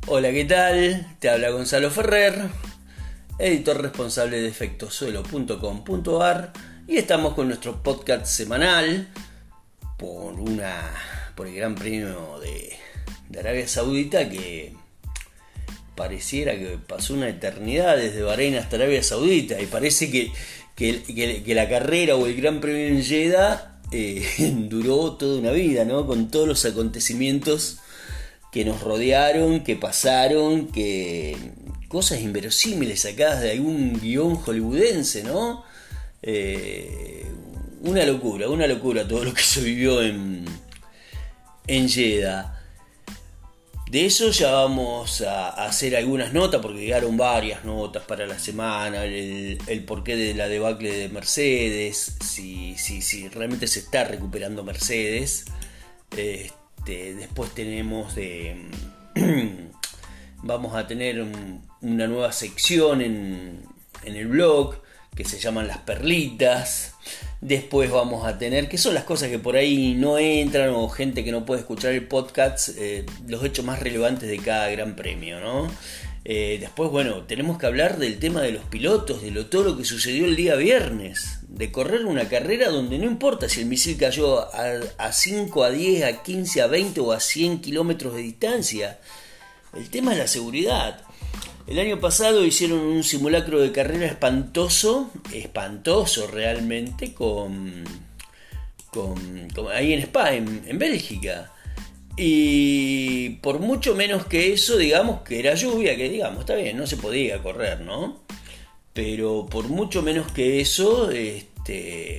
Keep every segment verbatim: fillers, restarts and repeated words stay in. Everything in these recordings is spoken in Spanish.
Hola, ¿qué tal? Te habla Gonzalo Ferrer, editor responsable de efectosuelo punto com punto ar, y estamos con nuestro podcast semanal por una por el Gran Premio de, de Arabia Saudita, que pareciera que pasó una eternidad desde Bahrein hasta Arabia Saudita, y parece que, que, que, que la carrera o el Gran Premio en Jeddah eh, duró toda una vida, ¿no? Con todos los acontecimientos que nos rodearon, que pasaron, que cosas inverosímiles sacadas de algún guión hollywoodense, ¿no? Eh, una locura, una locura todo lo que se vivió en, en Jeddah. De eso ya vamos a, a hacer algunas notas, porque llegaron varias notas para la semana, el, el porqué de la debacle de Mercedes, si, si, si realmente se está recuperando Mercedes. Eh, Después tenemos de vamos a tener un, una nueva sección en, en el blog que se llaman las perlitas. Después vamos a tener, que son las cosas que por ahí no entran, o gente que no puede escuchar el podcast, eh, los hechos más relevantes de cada Gran Premio, ¿no? Eh, después, bueno, tenemos que hablar del tema de los pilotos, de lo, todo lo que sucedió el día viernes, de correr una carrera donde no importa si el misil cayó a, a cinco, a diez, a quince, a veinte o a cien kilómetros de distancia. El tema es la seguridad. El año pasado hicieron un simulacro de carrera espantoso, espantoso realmente, con, con, con ahí en Spa, en, en Bélgica. Y por mucho menos que eso, digamos que era lluvia, que digamos, está bien, no se podía correr, ¿no? Pero por mucho menos que eso, este,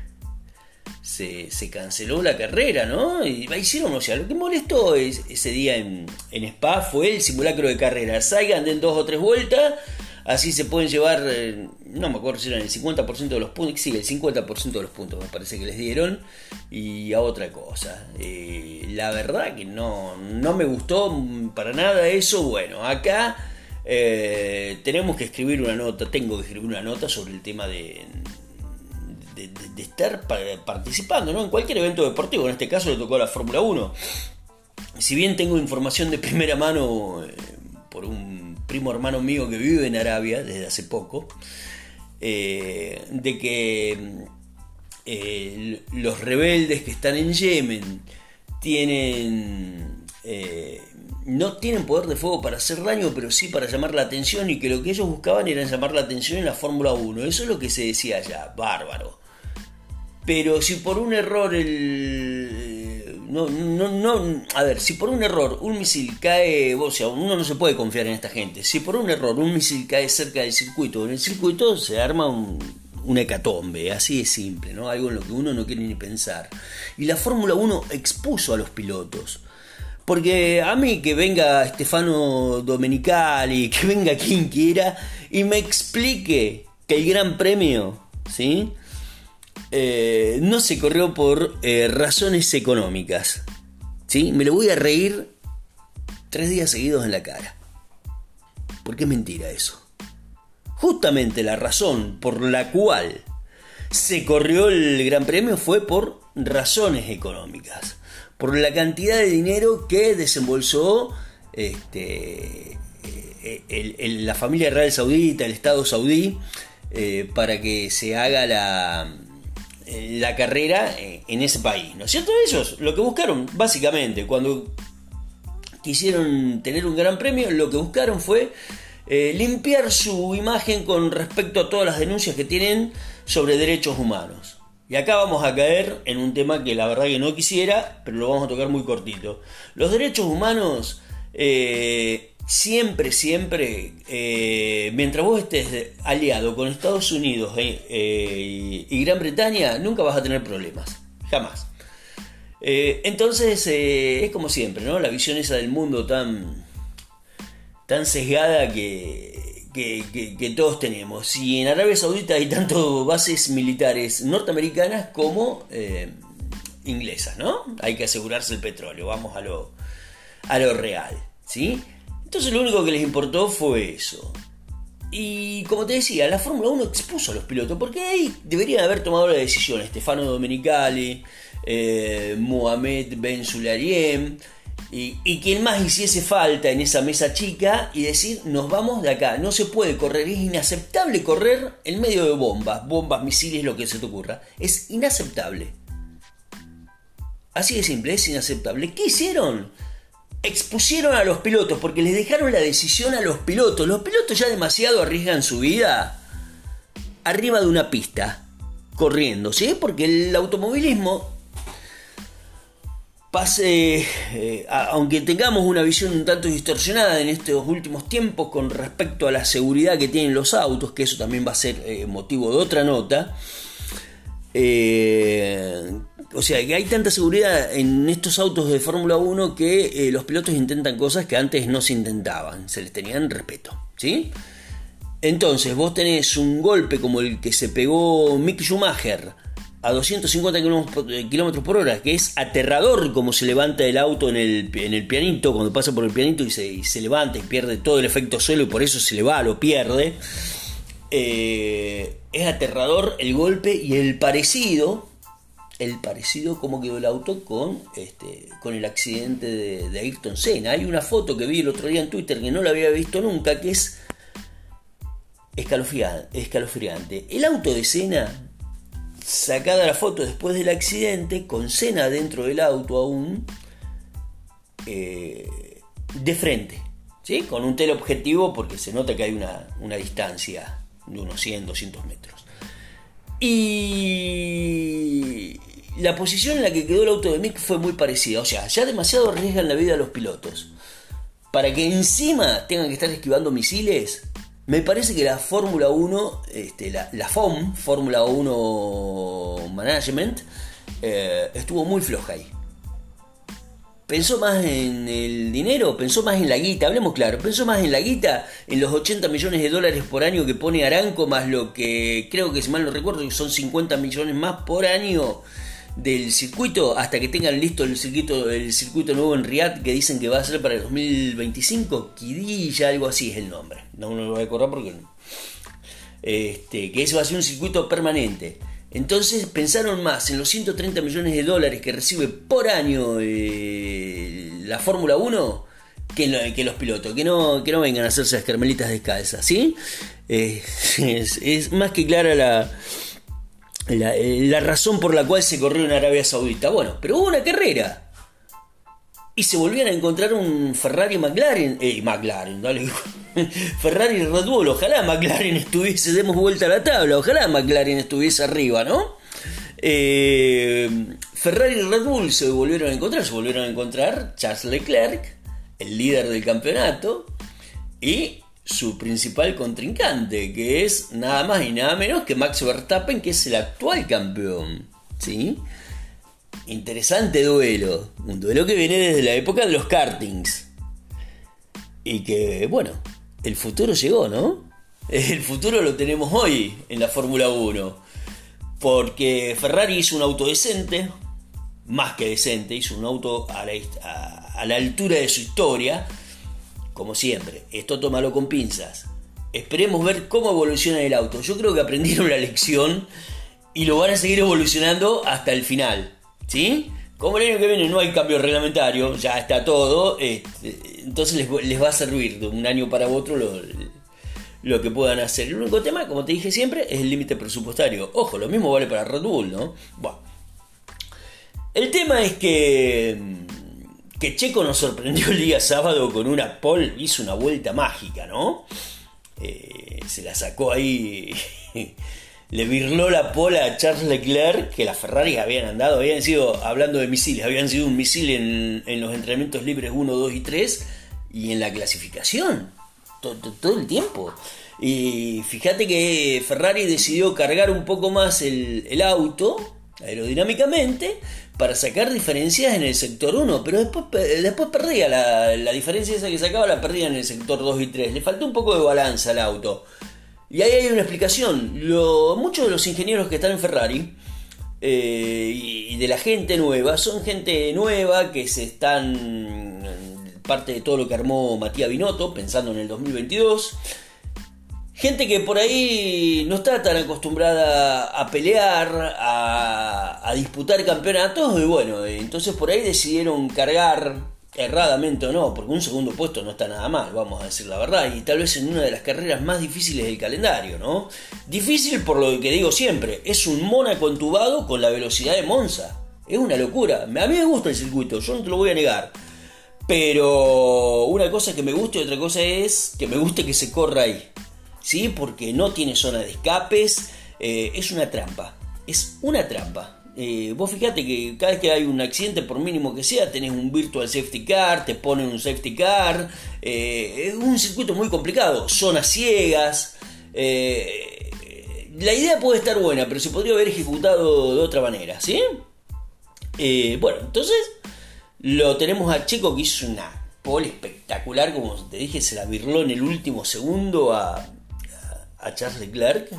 se, se canceló la carrera, ¿no? Y hicieron, o sea, lo que molestó es, ese día en, en Spa fue el simulacro de carrera. Salgan, den dos o tres vueltas, así se pueden llevar, eh, no me acuerdo si eran el cincuenta por ciento de los puntos, sí, el cincuenta por ciento de los puntos me parece que les dieron, y a otra cosa. Eh, la verdad que no, no me gustó para nada eso. Bueno, acá eh, tenemos que escribir una nota, tengo que escribir una nota sobre el tema de, de, de, de estar participando, ¿no? En cualquier evento deportivo. En este caso le tocó a la Fórmula uno. Si bien tengo información de primera mano eh, por un primo hermano mío que vive en Arabia desde hace poco, eh, de que eh, los rebeldes que están en Yemen tienen eh, no tienen poder de fuego para hacer daño, pero sí para llamar la atención, y que lo que ellos buscaban era llamar la atención en la Fórmula uno. Eso es lo que se decía allá, bárbaro. Pero si por un error el No, no, no, a ver, si por un error un misil cae, o sea, uno no se puede confiar en esta gente. Si por un error un misil cae cerca del circuito, en el circuito se arma un, un hecatombe, así de simple, ¿no? Algo en lo que uno no quiere ni pensar. Y la Fórmula uno expuso a los pilotos. Porque a mí que venga Stefano Domenicali, que venga quien quiera y me explique que el Gran Premio, ¿sí?, Eh, no se corrió por eh, razones económicas, ¿sí? Me lo voy a reír tres días seguidos en la cara, porque es mentira eso. Justamente la razón por la cual se corrió el Gran Premio fue por razones económicas, por la cantidad de dinero que desembolsó este, el, el, la familia real saudita, el Estado saudí, eh, para que se haga la la carrera en ese país, ¿no es cierto? Ellos lo que buscaron, básicamente, cuando quisieron tener un gran premio, lo que buscaron fue eh, limpiar su imagen con respecto a todas las denuncias que tienen sobre derechos humanos. Y acá vamos a caer en un tema que la verdad que no quisiera, pero lo vamos a tocar muy cortito. Los derechos humanos, eh, siempre, siempre, eh, mientras vos estés aliado con Estados Unidos eh, eh, y Gran Bretaña, nunca vas a tener problemas, jamás. Eh, entonces, eh, es como siempre, ¿no? La visión esa del mundo tan, tan sesgada que, que, que, que todos tenemos. Y en Arabia Saudita hay tanto bases militares norteamericanas como eh, inglesas, ¿no? Hay que asegurarse el petróleo, vamos a lo, a lo real, ¿sí? Entonces lo único que les importó fue eso. Y como te decía, la Fórmula uno expuso a los pilotos, porque ahí deberían haber tomado la decisión Stefano Domenicali, eh, Mohamed Ben Sulayem, y, y quien más hiciese falta en esa mesa chica y decir, nos vamos de acá, no se puede correr, es inaceptable correr en medio de bombas, bombas, misiles, lo que se te ocurra, es inaceptable. Así de simple, es inaceptable. ¿Qué hicieron? Expusieron a los pilotos porque les dejaron la decisión a los pilotos. Los pilotos ya demasiado arriesgan su vida arriba de una pista, corriendo, ¿sí? Porque el automovilismo, pase, eh, a, aunque tengamos una visión un tanto distorsionada en estos últimos tiempos con respecto a la seguridad que tienen los autos, que eso también va a ser eh, motivo de otra nota, eh, o sea, que hay tanta seguridad en estos autos de Fórmula uno que eh, los pilotos intentan cosas que antes no se intentaban, se les tenían respeto, ¿sí? Entonces vos tenés un golpe como el que se pegó Mick Schumacher a doscientos cincuenta kilómetros por hora, que es aterrador como se levanta el auto en el, en el pianito, cuando pasa por el pianito y se, y se levanta y pierde todo el efecto suelo y por eso se le va, lo pierde. Eh, es aterrador el golpe y el parecido, el parecido como quedó el auto con, este, con el accidente de, de Ayrton Senna. Hay una foto que vi el otro día en Twitter que no la había visto nunca, que es escalofriante. El auto de Senna, sacada la foto después del accidente, con Senna dentro del auto aún, eh, de frente, ¿sí? Con un teleobjetivo porque se nota que hay una, una distancia de unos cien, doscientos metros. Y la posición en la que quedó el auto de Mick fue muy parecida. O sea, ya demasiado arriesgan la vida a los pilotos para que encima tengan que estar esquivando misiles. Me parece que la Fórmula uno, este, la, la F O M, Fórmula uno Management, eh, estuvo muy floja ahí. Pensó más en el dinero, pensó más en la guita, hablemos claro, pensó más en la guita, en los ochenta millones de dólares por año que pone Aramco, más lo que creo que, si mal no recuerdo, son cincuenta millones más por año del circuito, hasta que tengan listo el circuito, el circuito nuevo en Riyadh, que dicen que va a ser para el dos mil veinticinco, Qiddiya, algo así es el nombre, no me lo voy a acordar porque este, que eso va a ser un circuito permanente. Entonces pensaron más en los ciento treinta millones de dólares que recibe por año eh, la Fórmula uno que, lo, que los pilotos, que no, que no vengan a hacerse las carmelitas descalzas, ¿sí? Eh, es, es más que clara la, la, la razón por la cual se corrió en Arabia Saudita. Bueno, pero hubo una carrera y se volvían a encontrar un Ferrari McLaren, eh, McLaren, dale, Ferrari y Red Bull. Ojalá McLaren estuviese, demos vuelta a la tabla, ojalá McLaren estuviese arriba, ¿no? Eh, Ferrari y Red Bull se volvieron a encontrar, se volvieron a encontrar Charles Leclerc, el líder del campeonato, y su principal contrincante, que es nada más y nada menos que Max Verstappen, que es el actual campeón, ¿sí? Interesante duelo, un duelo que viene desde la época de los kartings y que, bueno, el futuro llegó, ¿no? El futuro lo tenemos hoy en la Fórmula uno, porque Ferrari hizo un auto decente, más que decente, hizo un auto a la, a, a la altura de su historia, como siempre. Esto tómalo con pinzas, esperemos ver cómo evoluciona el auto. Yo creo que aprendieron la lección y lo van a seguir evolucionando hasta el final, ¿sí? Como el año que viene no hay cambio reglamentario, ya está todo, este, entonces les, les va a servir de un año para otro lo, lo que puedan hacer. El único tema, como te dije siempre, es el límite presupuestario. Ojo, lo mismo vale para Red Bull, ¿no? Bueno, el tema es que, que Checo nos sorprendió el día sábado con una pole, hizo una vuelta mágica, ¿no? Eh, se la sacó ahí... Le virló la pola a Charles Leclerc, que las Ferrari habían andado, habían sido, hablando de misiles, habían sido un misil en, en los entrenamientos libres uno, dos y tres, y en la clasificación, todo, todo el tiempo. Y fíjate que Ferrari decidió cargar un poco más el, el auto, aerodinámicamente, para sacar diferencias en el sector uno, pero después, después perdía la, la diferencia esa que sacaba, la perdía en el sector dos y tres, le faltó un poco de balanza al auto. Y ahí hay una explicación. Lo, muchos de los ingenieros que están en Ferrari eh, y de la gente nueva son gente nueva que se están parte de todo lo que armó Matías Binotto pensando en el dos mil veintidós. Gente que por ahí no está tan acostumbrada a pelear, a, a disputar campeonatos, y bueno, entonces por ahí decidieron cargar erradamente o no, porque un segundo puesto no está nada mal, vamos a decir la verdad, y tal vez en una de las carreras más difíciles del calendario, ¿no? Difícil por lo que digo siempre, es un Mónaco entubado con la velocidad de Monza, es una locura. A mí me gusta el circuito, yo no te lo voy a negar, pero una cosa es que me guste y otra cosa es que me guste que se corra ahí, ¿sí? Porque no tiene zona de escapes, eh, es una trampa, es una trampa. Eh, vos fijate que cada vez que hay un accidente, por mínimo que sea, tenés un virtual safety car, te ponen un safety car, eh, es un circuito muy complicado, zonas ciegas, eh, la idea puede estar buena, pero se podría haber ejecutado de otra manera, ¿sí? Eh, bueno, entonces lo tenemos a Checo, que hizo una pole espectacular, como te dije, se la birló en el último segundo a, a, a Charles Leclerc,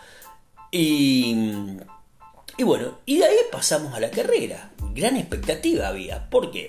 y... Y bueno, y de ahí pasamos a la carrera. Gran expectativa había. ¿Por qué?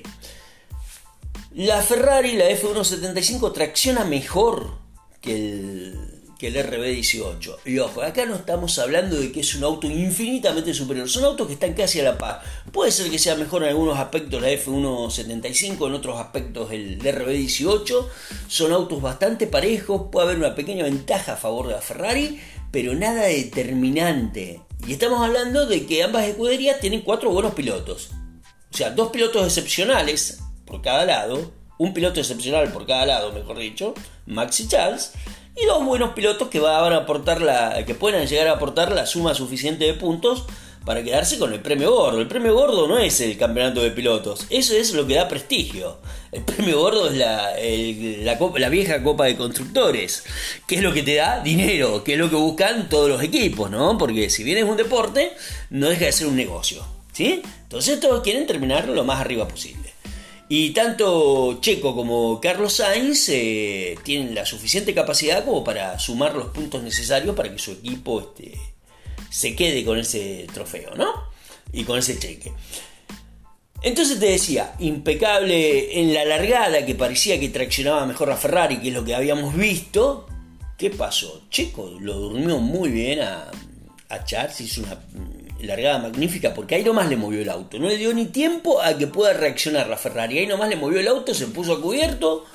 La Ferrari, la F ciento setenta y cinco, tracciona mejor que el, que el R B dieciocho. Y ojo, acá no estamos hablando de que es un auto infinitamente superior. Son autos que están casi a la par. Puede ser que sea mejor en algunos aspectos la F ciento setenta y cinco, en otros aspectos el R B dieciocho. Son autos bastante parejos. Puede haber una pequeña ventaja a favor de la Ferrari, pero nada determinante. Y estamos hablando de que ambas escuderías tienen cuatro buenos pilotos. O sea, dos pilotos excepcionales por cada lado. Un piloto excepcional por cada lado, mejor dicho, Max y Charles. Y dos buenos pilotos que van a aportar la, que puedan llegar a aportar la suma suficiente de puntos para quedarse con el premio gordo. El premio gordo no es el campeonato de pilotos, eso es lo que da prestigio. El premio gordo es la, el, la, copa, la vieja copa de constructores, que es lo que te da dinero, que es lo que buscan todos los equipos, ¿no? Porque si bien es un deporte, no deja de ser un negocio, ¿sí? Entonces todos quieren terminar lo más arriba posible. Y tanto Checo como Carlos Sainz eh, tienen la suficiente capacidad como para sumar los puntos necesarios para que su equipo este, se quede con ese trofeo, ¿no? Y con ese cheque. Entonces te decía, impecable en la largada, que parecía que traccionaba mejor a Ferrari, que es lo que habíamos visto. ¿Qué pasó? Checo lo durmió muy bien a, a Charles, hizo una largada magnífica, porque ahí nomás le movió el auto, no le dio ni tiempo a que pueda reaccionar la Ferrari, ahí nomás le movió el auto, se puso a cubierto,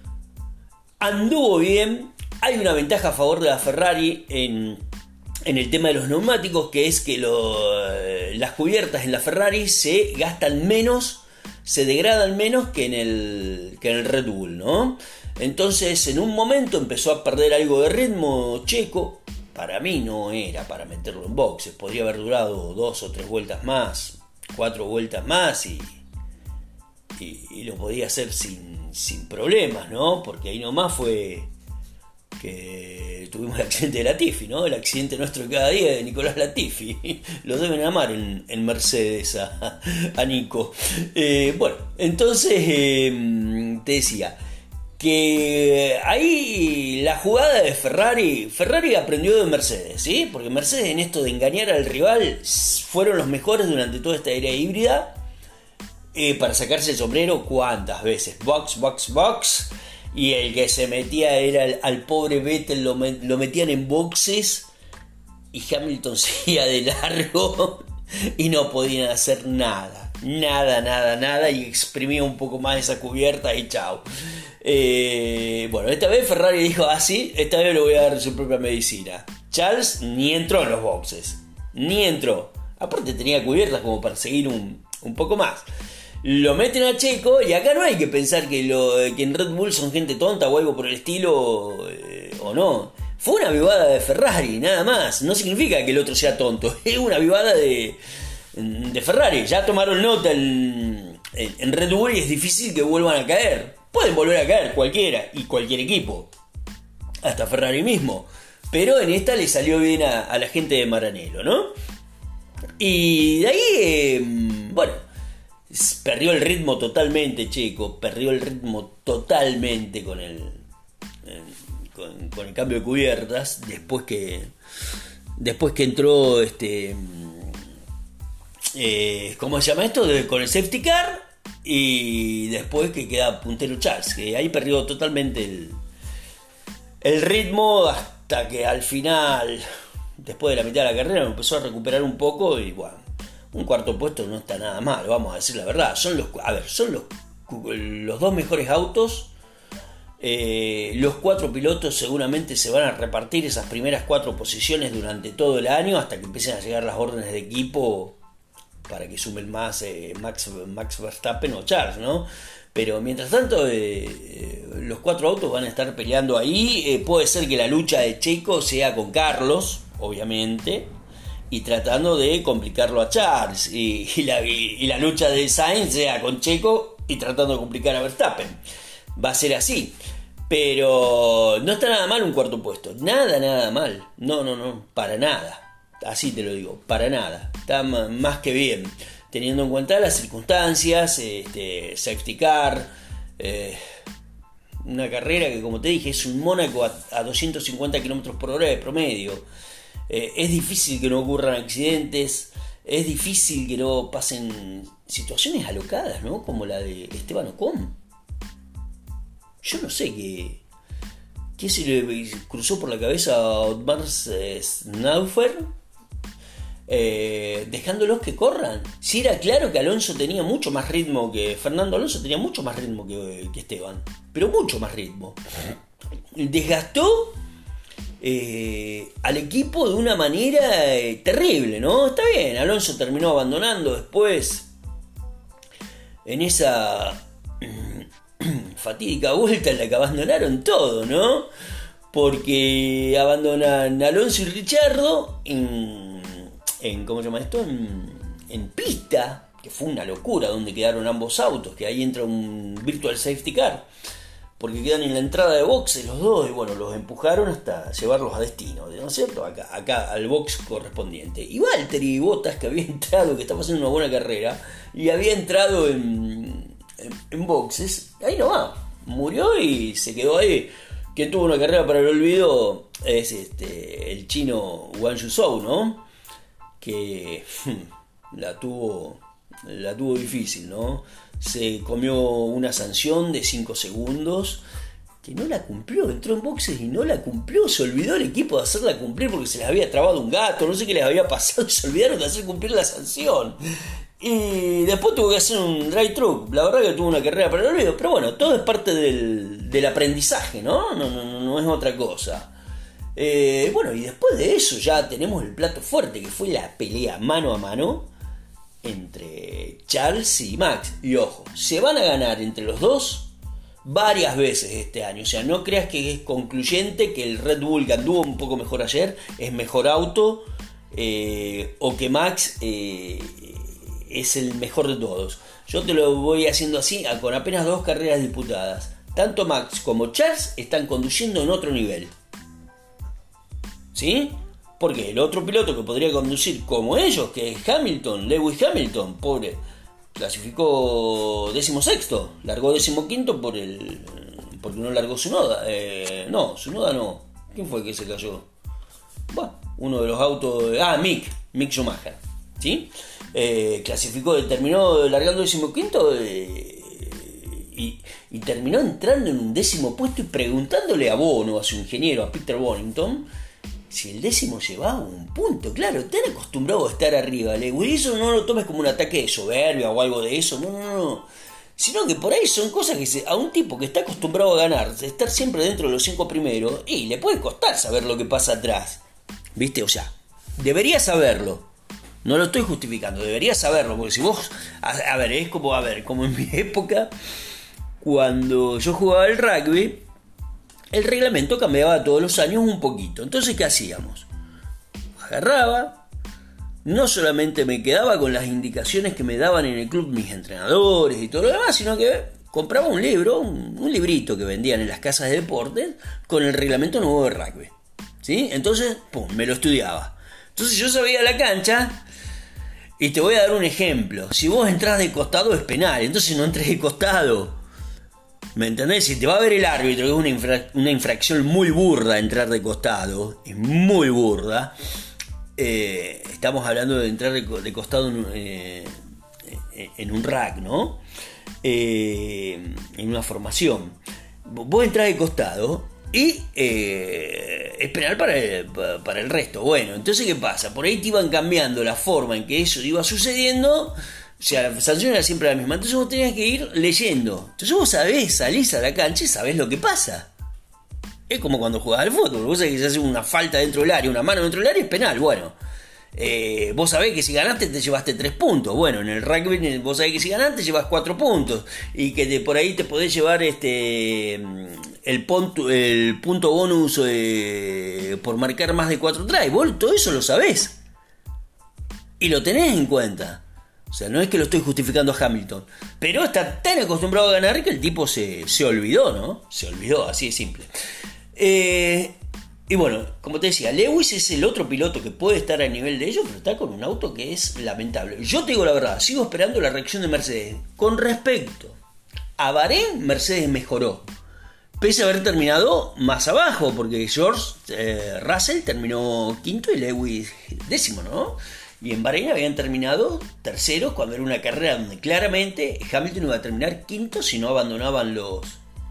anduvo bien. Hay una ventaja a favor de la Ferrari en, en el tema de los neumáticos, que es que lo, las cubiertas en la Ferrari se gastan menos, se degradan menos que en el, que en el Red Bull, ¿no? Entonces en un momento empezó a perder algo de ritmo Checo. Para mí no era para meterlo en boxes, podría haber durado dos o tres vueltas más, cuatro vueltas más y, y, y lo podía hacer sin, sin problemas, ¿no? Porque ahí nomás fue que tuvimos el accidente de Latifi, ¿no? El accidente nuestro de cada día de Nicolás Latifi. Lo deben amar en, en Mercedes a, a Nico. Eh, bueno, entonces eh, te decía que ahí la jugada de Ferrari, Ferrari aprendió de Mercedes, ¿sí? Porque Mercedes en esto de engañar al rival fueron los mejores durante toda esta era híbrida, eh, para sacarse el sombrero cuántas veces, box, box, box, y el que se metía era el, al pobre Vettel, lo, lo metían en boxes y Hamilton seguía de largo y no podían hacer nada, nada, nada, nada, y exprimía un poco más esa cubierta y chao. Eh, bueno, esta vez Ferrari dijo, ah sí, esta vez le voy a dar su propia medicina. Charles ni entró en los boxes, ni entró, aparte tenía cubiertas como para seguir un, un poco más. Lo meten a Checo y acá no hay que pensar que, lo, que en Red Bull son gente tonta o algo por el estilo, eh, o no. Fue una avivada de Ferrari, nada más. No significa que el otro sea tonto, es una avivada de, de Ferrari. Ya tomaron nota en, en Red Bull y es difícil que vuelvan a caer. Pueden volver a caer cualquiera y cualquier equipo, hasta Ferrari mismo, pero en esta le salió bien a, a la gente de Maranello, ¿no? Y de ahí, eh, bueno, perdió el ritmo totalmente Checo, perdió el ritmo totalmente con el, eh, con, con el cambio de cubiertas, después que, después que entró, este, eh, ¿cómo se llama esto? De, con el safety car. Y después que queda puntero Charles, que ahí perdió totalmente el, el ritmo, hasta que al final, después de la mitad de la carrera, empezó a recuperar un poco. Y bueno, un cuarto puesto no está nada mal, vamos a decir la verdad. Son los, a ver, son los los dos mejores autos. Eh, los cuatro pilotos seguramente se van a repartir esas primeras cuatro posiciones durante todo el año hasta que empiecen a llegar las órdenes de equipo para que sumen más eh, Max, Max Verstappen o Charles, ¿no? Pero mientras tanto eh, eh, los cuatro autos van a estar peleando ahí. Eh, puede ser que la lucha de Checo sea con Carlos, obviamente, y tratando de complicarlo a Charles, y, y, la, y, y la lucha de Sainz sea con Checo y tratando de complicar a Verstappen. Va a ser así, pero no está nada mal un cuarto puesto, nada, nada mal, no, no, no, para nada, así te lo digo, para nada, está más que bien, teniendo en cuenta las circunstancias, este, safety car, eh, una carrera que, como te dije, es un Mónaco a, a doscientos cincuenta kilómetros por hora de promedio. Eh, es difícil que no ocurran accidentes, es difícil que no pasen situaciones alocadas, ¿no? Como la de Esteban Ocon. Yo no sé qué, qué se le cruzó por la cabeza a Otmar Szafnauer, eh, dejándolos que corran. Si era claro que Alonso tenía mucho más ritmo que Fernando Alonso, tenía mucho más ritmo que, que Esteban, pero mucho más ritmo. Desgastó eh, al equipo de una manera eh, terrible, ¿no? Está bien, Alonso terminó abandonando después en esa fatídica vuelta en la que abandonaron todo, ¿no? Porque abandonan Alonso y Ricciardo en, en ¿cómo se llama esto? En, en pista, que fue una locura donde quedaron ambos autos, que ahí entra un virtual safety car, porque quedan en la entrada de boxes los dos y bueno, los empujaron hasta llevarlos a destino, ¿no es cierto? Acá, acá al box correspondiente. Y Valtteri Bottas, que había entrado, que estaba haciendo una buena carrera y había entrado en En, en boxes, ahí no va, murió y se quedó ahí. Quien tuvo una carrera para el olvido es este el chino Guan Yu Zhou, ¿no? Que la tuvo la tuvo difícil, ¿no? Se comió una sanción de cinco segundos que no la cumplió, entró en boxes y no la cumplió, se olvidó el equipo de hacerla cumplir porque se les había trabado un gato, no sé qué les había pasado, y se olvidaron de hacer cumplir la sanción. Y después tuvo que hacer un drive-thru. La verdad que tuvo una carrera para el olvido. Pero bueno, todo es parte del, del aprendizaje, ¿no? No, no, no es otra cosa. Eh, bueno, y después de eso ya tenemos el plato fuerte, que fue la pelea mano a mano entre Charles y Max. Y ojo, se van a ganar entre los dos varias veces este año. O sea, no creas que es concluyente que el Red Bull, que anduvo un poco mejor ayer, es mejor auto, eh, o que Max eh, es el mejor de todos. Yo te lo voy haciendo así, con apenas dos carreras disputadas. Tanto Max como Charles están conduciendo en otro nivel. ¿Sí? Porque el otro piloto que podría conducir como ellos, que es Hamilton, Lewis Hamilton, pobre, clasificó decimosexto, largó decimoquinto por el, porque no largó Tsunoda. Eh, no, Tsunoda no. ¿Quién fue el que se cayó? Bueno, uno de los autos. Ah, Mick, Mick Schumacher. ¿Sí? Eh, clasificó, terminó largando decimoquinto eh, y, y terminó entrando en un décimo puesto y preguntándole a Bono, a su ingeniero, a Peter Bonington, si el décimo llevaba un punto. Claro, tan acostumbrado a estar arriba, Lewis, eso no lo tomes como un ataque de soberbia o algo de eso, no, no, no, sino que por ahí son cosas que se, a un tipo que está acostumbrado a ganar, de estar siempre dentro de los cinco primeros, y le puede costar saber lo que pasa atrás, ¿viste? O sea, debería saberlo. No lo estoy justificando, debería saberlo, porque si vos, a, a ver, es como, a ver, como en mi época, cuando yo jugaba al rugby, el reglamento cambiaba todos los años un poquito. Entonces, ¿qué hacíamos? Agarraba, no solamente me quedaba con las indicaciones que me daban en el club mis entrenadores y todo lo demás, sino que compraba un libro, un, un librito que vendían en las casas de deportes con el reglamento nuevo de rugby, ¿sí? Entonces, pum, me lo estudiaba. Entonces yo sabía la cancha. Y te voy a dar un ejemplo. Si vos entrás de costado es penal. Entonces no entres de costado. ¿Me entendés? Si te va a ver el árbitro, que es una, infra- una infracción muy burda entrar de costado. Es muy burda. Eh, estamos hablando de entrar de, de costado en, eh, en un rack, ¿no? Eh, en una formación. Vos entrás de costado y eh, es penal para el, para el resto. Bueno, entonces ¿qué pasa? Por ahí te iban cambiando la forma en que eso iba sucediendo O sea, la sanción era siempre la misma. Entonces vos tenías que ir leyendo. Entonces vos sabés, salís a la cancha y sabés lo que pasa. Es como cuando jugás al fútbol. Vos sabés que se hace una falta dentro del área, una mano dentro del área, es penal. Bueno, eh, vos sabés que si ganaste te llevaste tres puntos. Bueno, en el rugby vos sabés que si ganaste llevas cuatro puntos. Y que de por ahí te podés llevar este el, punto, el punto bonus eh, por marcar más de cuatro tries. Vos todo eso lo sabés. Y lo tenés en cuenta. O sea, no es que lo estoy justificando a Hamilton, pero está tan acostumbrado a ganar que el tipo se, se olvidó, ¿no? Se olvidó, así de simple. Eh, y bueno, como te decía, Lewis es el otro piloto que puede estar a nivel de ellos, pero está con un auto que es lamentable. Yo te digo la verdad, sigo esperando la reacción de Mercedes. Con respecto a Bahrein, Mercedes mejoró, pese a haber terminado más abajo, porque George eh, Russell terminó quinto y Lewis décimo, ¿no? Y en Bahrein habían terminado terceros cuando era una carrera donde claramente Hamilton iba a terminar quinto si no abandonaban los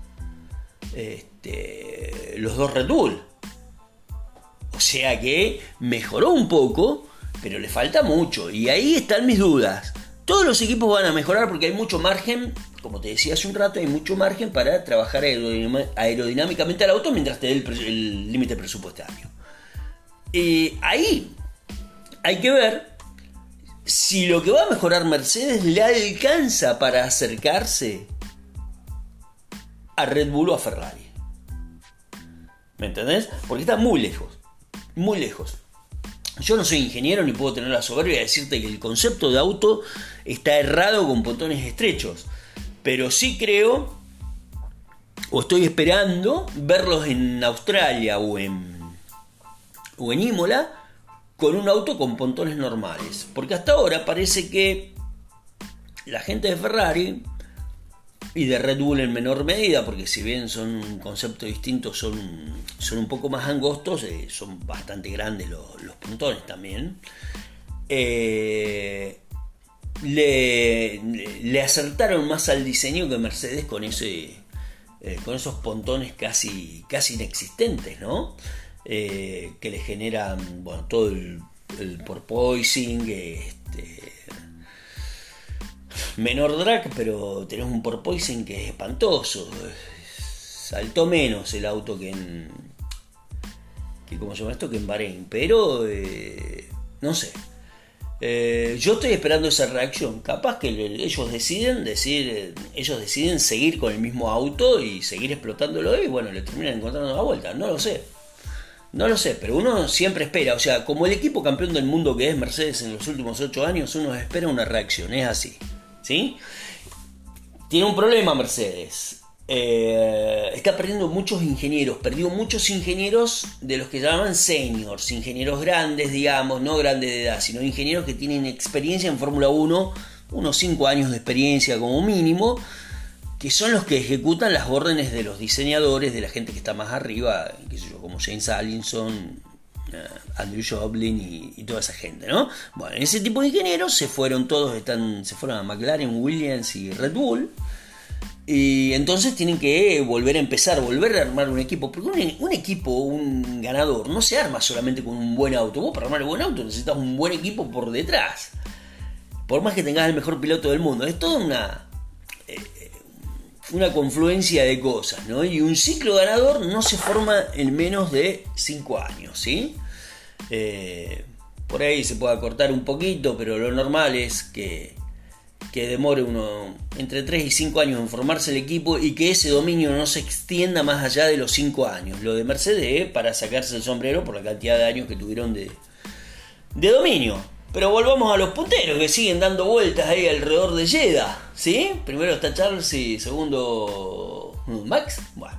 este, los dos Red Bull. O sea que mejoró un poco, pero le falta mucho. Y ahí están mis dudas. Todos los equipos van a mejorar porque hay mucho margen, como te decía hace un rato, hay mucho margen para trabajar aerodinámicamente al auto mientras te dé el límite presupuestario. Y ahí hay que ver si lo que va a mejorar Mercedes le alcanza para acercarse a Red Bull o a Ferrari. ¿Me entendés? Porque está muy lejos. Muy lejos. Yo no soy ingeniero ni puedo tener la soberbia de decirte que el concepto de auto está errado con pontones estrechos. Pero sí creo, o estoy esperando, verlos en Australia o en, o en Imola con un auto con pontones normales. Porque hasta ahora parece que la gente de Ferrari y de Red Bull en menor medida, porque si bien son un concepto distinto, son, son un poco más angostos, eh, son bastante grandes los, los pontones también, eh, le, le acertaron más al diseño que Mercedes con, ese, eh, con esos pontones casi, casi inexistentes, ¿no? Eh, que le generan, bueno, todo el, el porpoising, este, menor drag, pero tenés un porpoising que es espantoso. Saltó menos el auto que en que como se llama esto que en Bahrein, pero eh, no sé. Eh, yo estoy esperando esa reacción. Capaz que ellos deciden decir, ellos deciden seguir con el mismo auto y seguir explotándolo y bueno, le terminan encontrando la vuelta. No lo sé. No lo sé, pero uno siempre espera, o sea, como el equipo campeón del mundo que es Mercedes en los últimos ocho años, uno espera una reacción, es así, ¿sí? Tiene un problema Mercedes, eh, está perdiendo muchos ingenieros, perdió muchos ingenieros de los que llaman seniors, ingenieros grandes, digamos, no grandes de edad, sino ingenieros que tienen experiencia en Fórmula uno, unos cinco años de experiencia como mínimo, que son los que ejecutan las órdenes de los diseñadores, de la gente que está más arriba, qué sé yo, como James Allison, uh, Andrew Joplin y, y toda esa gente, ¿no? Bueno, ese tipo de ingenieros se fueron todos, están, se fueron a McLaren, Williams y Red Bull, y entonces tienen que volver a empezar, volver a armar un equipo, porque un, un equipo, un ganador, no se arma solamente con un buen auto. Vos para armar un buen auto necesitas un buen equipo por detrás, por más que tengas el mejor piloto del mundo, es toda una... Eh, una confluencia de cosas, ¿no? Y un ciclo ganador no se forma en menos de cinco años, ¿sí? Eh, por ahí se puede acortar un poquito, pero lo normal es que, que demore uno entre tres y cinco años en formarse el equipo y que ese dominio no se extienda más allá de los cinco años. Lo de Mercedes es para sacarse el sombrero por la cantidad de años que tuvieron de, de dominio. Pero volvamos a los punteros que siguen dando vueltas ahí alrededor de Jeddah, ¿sí? Primero está Charles y segundo Max. Bueno,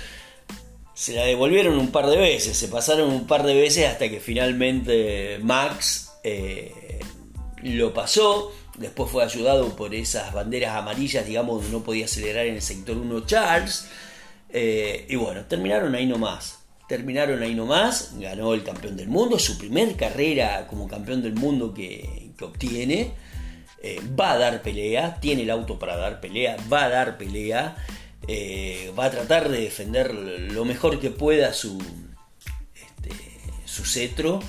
se la devolvieron un par de veces, se pasaron un par de veces hasta que finalmente Max eh, lo pasó. Después fue ayudado por esas banderas amarillas, digamos, donde no podía acelerar en el sector uno Charles. Eh, y bueno, terminaron ahí nomás. Terminaron ahí nomás, ganó el campeón del mundo, su primer carrera como campeón del mundo que, que obtiene, eh, va a dar pelea, tiene el auto para dar pelea, va a dar pelea, eh, va a tratar de defender lo mejor que pueda su, este, su cetro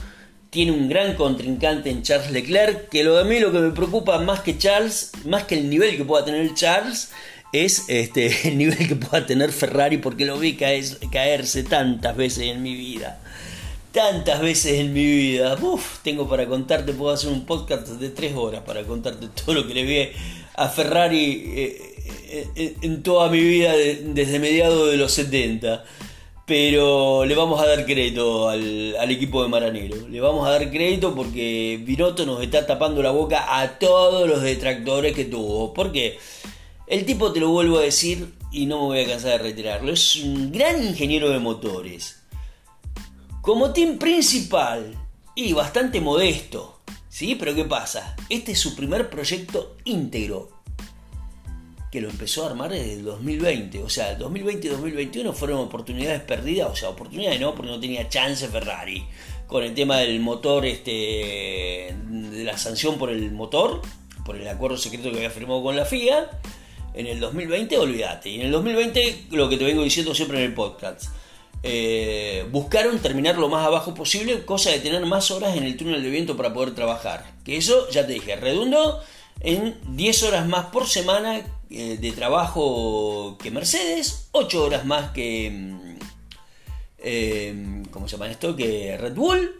tiene un gran contrincante en Charles Leclerc, que lo de mí lo que me preocupa más que Charles, más que el nivel que pueda tener Charles, es este, el nivel que pueda tener Ferrari, porque lo vi caer, caerse tantas veces en mi vida. Tantas veces en mi vida. Uf, tengo para contarte, puedo hacer un podcast de tres horas para contarte todo lo que le vi a Ferrari eh, eh, en toda mi vida de, desde mediados de los setenta. Pero le vamos a dar crédito al, al equipo de Maranello. Le vamos a dar crédito porque Binotto nos está tapando la boca a todos los detractores que tuvo. Porque el tipo, te lo vuelvo a decir y no me voy a cansar de reiterarlo, es un gran ingeniero de motores. Como team principal y bastante modesto, ¿sí? Pero ¿qué pasa? Este es su primer proyecto íntegro, que lo empezó a armar desde el dos mil veinte. O sea, el dos mil veinte y dos mil veintiuno fueron oportunidades perdidas. O sea, oportunidades no, porque no tenía chance Ferrari. Con el tema del motor, este, de la sanción por el motor, por el acuerdo secreto que había firmado con la F I A. En el dos mil veinte, olvídate. Y en el dos mil veinte, lo que te vengo diciendo siempre en el podcast, Eh, buscaron terminar lo más abajo posible, cosa de tener más horas en el túnel de viento para poder trabajar. Que eso, ya te dije, redundó en diez horas más por semana eh, de trabajo que Mercedes, ocho horas más que eh, ¿cómo se llama esto? Que Red Bull,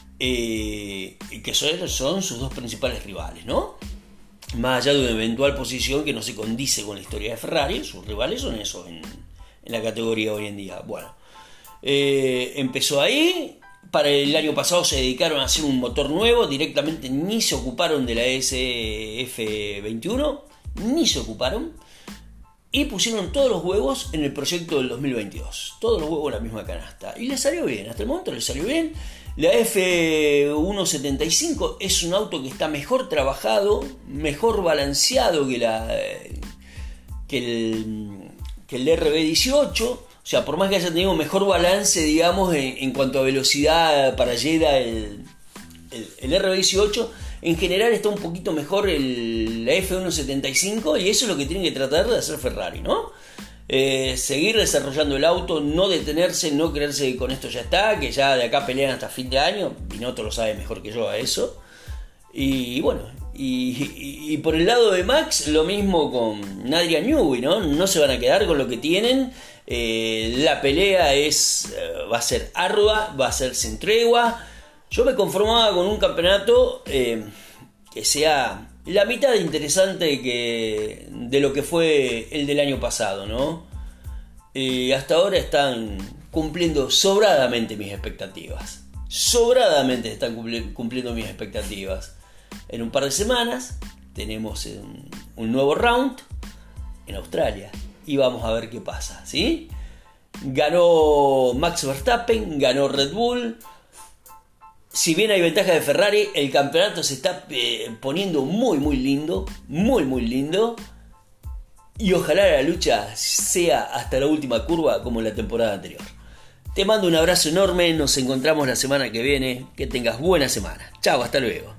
eh, que son, son sus dos principales rivales, ¿no? Más allá de una eventual posición que no se condice con la historia de Ferrari, sus rivales son esos en, en la categoría hoy en día. Bueno, Eh, empezó ahí. Para el año pasado se dedicaron a hacer un motor nuevo. Directamente ni se ocuparon de la S F veintiuno, ni se ocuparon, y pusieron todos los huevos en el proyecto del dos mil veintidós. Todos los huevos en la misma canasta. Y le salió bien, hasta el momento le salió bien. La F ciento setenta y cinco es un auto que está mejor trabajado, mejor balanceado que, la, que, el, que el R B dieciocho. O sea, por más que haya tenido mejor balance, digamos, en, en cuanto a velocidad parallela, el, el, el R B dieciocho, en general está un poquito mejor el, la F ciento setenta y cinco, y eso es lo que tienen que tratar de hacer Ferrari, ¿no? Eh, seguir desarrollando el auto, no detenerse, no creerse que con esto ya está, que ya de acá pelean hasta fin de año. Binotto lo sabe mejor que yo a eso. Y bueno, y, y, y por el lado de Max, lo mismo con Adrian Newey, ¿no? No se van a quedar con lo que tienen. Eh, la pelea es eh, va a ser ardua, va a ser sin tregua. Yo me conformaba con un campeonato eh, que sea la mitad interesante que de lo que fue el del año pasado, ¿no? Eh, hasta ahora están cumpliendo sobradamente mis expectativas. Sobradamente están cumpliendo mis expectativas. En un par de semanas tenemos un, un nuevo round en Australia. Y vamos a ver qué pasa, ¿sí? Ganó Max Verstappen, ganó Red Bull. Si bien hay ventaja de Ferrari, el campeonato se está eh, poniendo muy, muy lindo. Muy, muy lindo. Y ojalá la lucha sea hasta la última curva como en la temporada anterior. Te mando un abrazo enorme. Nos encontramos la semana que viene. Que tengas buena semana. Chao, hasta luego.